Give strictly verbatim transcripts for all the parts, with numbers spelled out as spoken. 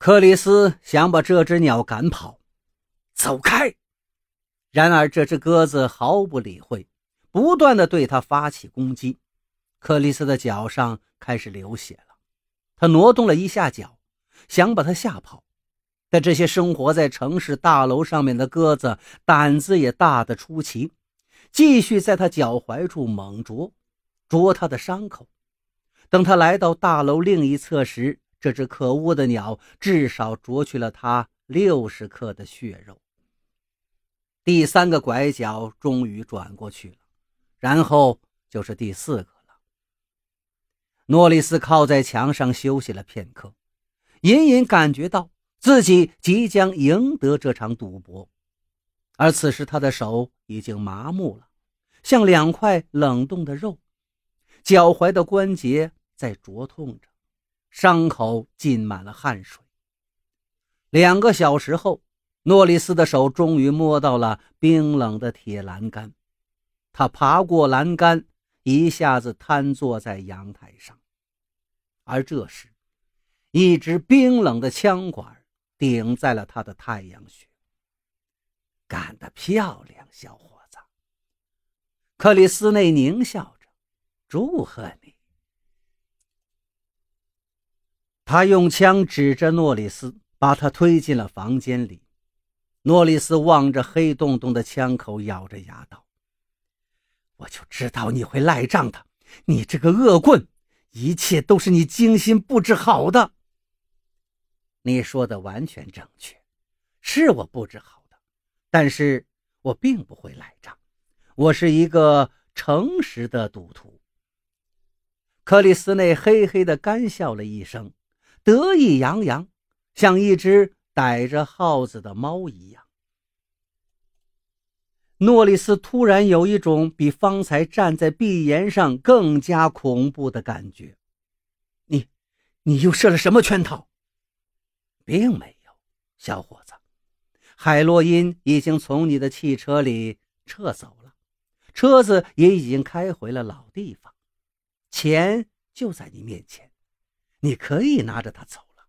克里斯想把这只鸟赶跑，走开！然而这只鸽子毫不理会，不断地对他发起攻击。克里斯的脚上开始流血了，他挪动了一下脚，想把它吓跑。但这些生活在城市大楼上面的鸽子胆子也大得出奇，继续在他脚踝处猛啄，啄他的伤口。等他来到大楼另一侧时，这只可恶的鸟至少啄去了他六十克的血肉。第三个拐角终于转过去了，然后就是第四个了。诺里斯靠在墙上休息了片刻，隐隐感觉到自己即将赢得这场赌博，而此时他的手已经麻木了，像两块冷冻的肉，脚踝的关节在灼痛着，伤口浸满了汗水。两个小时后，诺里斯的手终于摸到了冰冷的铁栏杆，他爬过栏杆，一下子瘫坐在阳台上。而这时，一支冰冷的枪管顶在了他的太阳穴。干得漂亮，小伙子！克里斯内狞笑着，祝贺你。他用枪指着诺里斯，把他推进了房间里。诺里斯望着黑洞洞的枪口，咬着牙道：我就知道你会赖账的，你这个恶棍，一切都是你精心布置好的。你说的完全正确，是我布置好的，但是我并不会赖账，我是一个诚实的赌徒。克里斯内嘿嘿地干笑了一声，得意洋洋，像一只逮着耗子的猫一样。诺里斯突然有一种比方才站在壁沿上更加恐怖的感觉。你你又设了什么圈套？并没有，小伙子，海洛因已经从你的汽车里撤走了，车子也已经开回了老地方，钱就在你面前，你可以拿着它走了。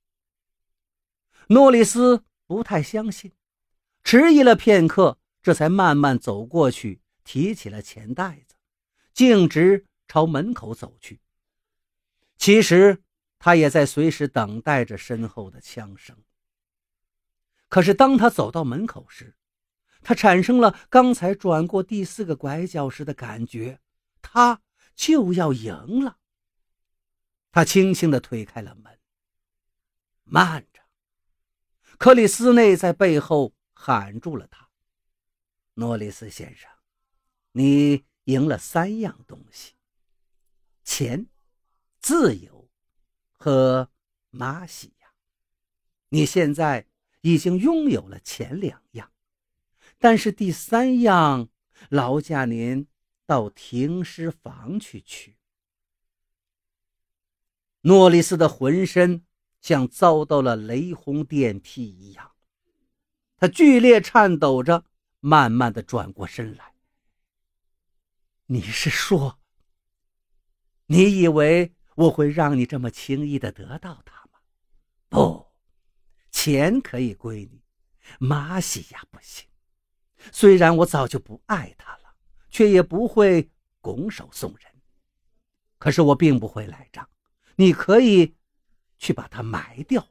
诺里斯不太相信，迟疑了片刻，这才慢慢走过去，提起了钱袋子，径直朝门口走去。其实他也在随时等待着身后的枪声。可是当他走到门口时，他产生了刚才转过第四个拐角时的感觉，他就要赢了。他轻轻地推开了门。慢着！克里斯内在背后喊住了他。诺里斯先生，你赢了三样东西：钱、自由和玛西亚。你现在已经拥有了前两样，但是第三样劳驾您到停尸房去取。诺里斯的浑身像遭到了雷轰电劈一样，他剧烈颤抖着，慢慢地转过身来。你是说，你以为我会让你这么轻易地得到它吗？不，钱可以归你，玛西亚不行。虽然我早就不爱他了，却也不会拱手送人。可是我并不会赖账，你可以去把它埋掉。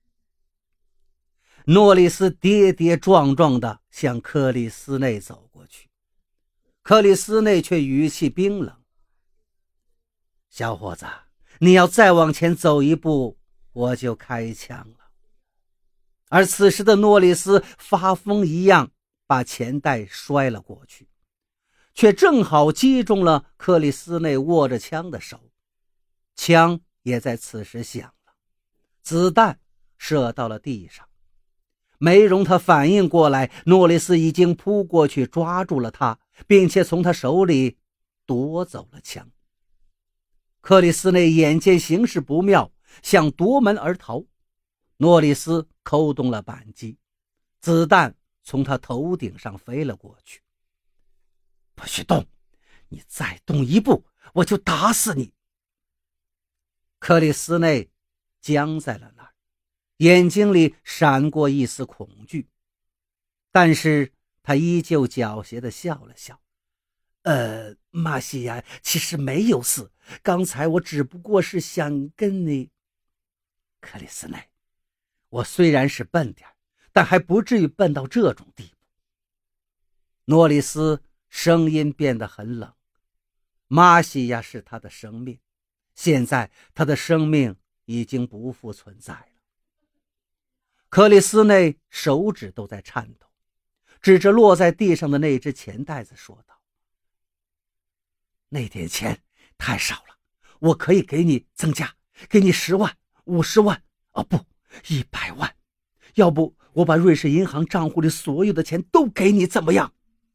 诺里斯跌跌撞撞地向克里斯内走过去，克里斯内却语气冰冷：小伙子，你要再往前走一步，我就开枪了。而此时的诺里斯发疯一样把钱袋摔了过去，却正好击中了克里斯内握着枪的手，枪也在此时响了，子弹射到了地上。没容他反应过来，诺里斯已经扑过去抓住了他，并且从他手里夺走了枪。克里斯内眼见形势不妙，想夺门而逃，诺里斯扣动了扳机，子弹从他头顶上飞了过去。不许动，你再动一步，我就打死你！克里斯内僵在了那儿， 眼睛里闪过一丝恐惧，但是他依旧狡黠地笑了笑。呃，马西亚，其实没有事，刚才我只不过是想跟你……克里斯内，我虽然是笨点，但还不至于笨到这种地步。诺里斯声音变得很冷。马西亚是他的生命，现在他的生命已经不复存在了。克里斯内手指都在颤抖，指着落在地上的那只钱袋子说道：那点钱太少了，我可以给你增加，给你十万、五十万，哦不，一百万。要不我把瑞士银行账户里所有的钱都给你，怎么样？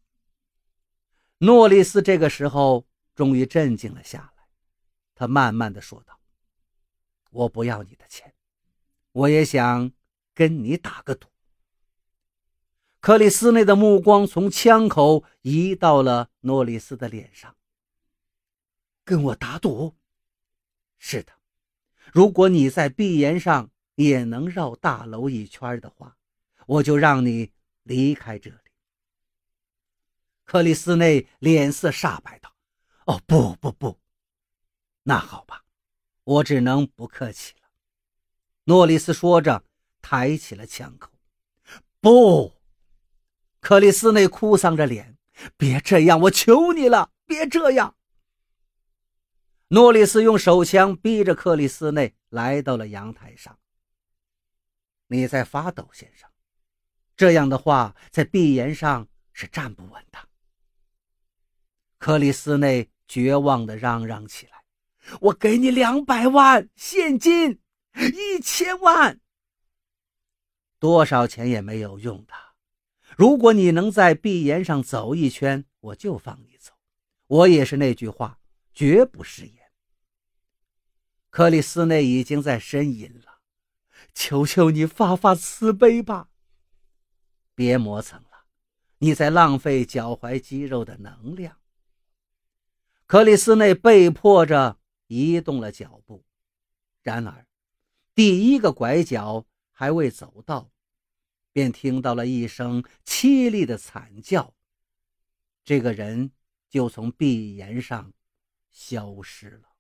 诺里斯这个时候终于镇静了下来，他慢慢地说道：我不要你的钱，我也想跟你打个赌。克里斯内的目光从枪口移到了诺里斯的脸上。跟我打赌？是的，如果你在闭岩上也能绕大楼一圈的话，我就让你离开这里。克里斯内脸色煞白道：哦，不不不，那好吧，我只能不客气了。诺里斯说着抬起了枪口。不！克里斯内哭丧着脸，别这样，我求你了，别这样。诺里斯用手枪逼着克里斯内来到了阳台上。你在发抖，先生，这样的话在壁岩上是站不稳的。克里斯内绝望地嚷嚷起来：我给你两百万现金，一千万，多少钱也没有用的。如果你能在壁岩上走一圈，我就放你走。我也是那句话，绝不食言。克里斯内已经在呻吟了，求求你发发慈悲吧。别磨蹭了，你在浪费脚踝肌肉的能量。克里斯内被迫着移动了脚步，然而第一个拐角还未走到，便听到了一声凄厉的惨叫，这个人就从壁岩上消失了。